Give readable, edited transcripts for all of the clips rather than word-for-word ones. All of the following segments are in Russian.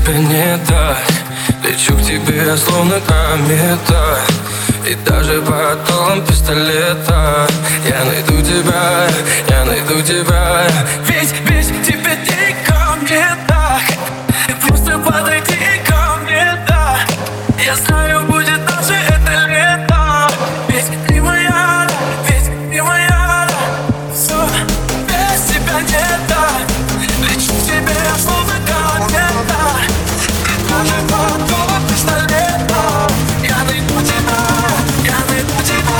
тебя не так. Лечу к тебе, словно комета, и даже под дулом пистолета я найду тебя, я найду тебя. Ведь тебе не ко мне так. Просто подойди ко мне, да. Я знаю, будет наше это лето. Ведь ты моя, ведь ты моя. Все, без тебя не так. Лечу к тебе, словно комета, и даже под дулом пистолета я найду тебя, я найду тебя.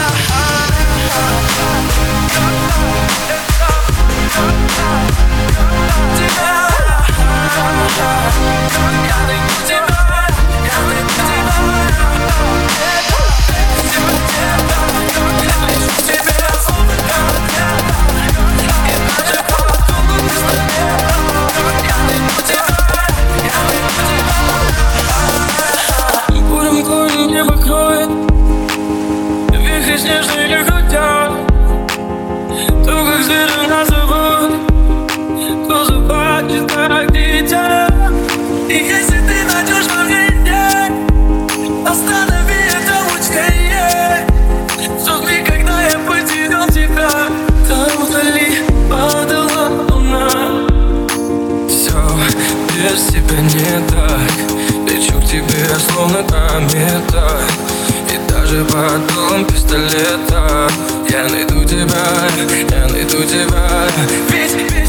Бурым конь небо кроет, вихри снежные летят. То, как звери нас зовут, то захватит как дитя. И если ты найдешь во мне, останови это мучение. Сожги, когда я потерял тебя, там вдали падала луна. Все, без тебя не так. Лечу к тебе, словно комета, и даже под дулом пистолета я найду тебя, я найду тебя. Ведь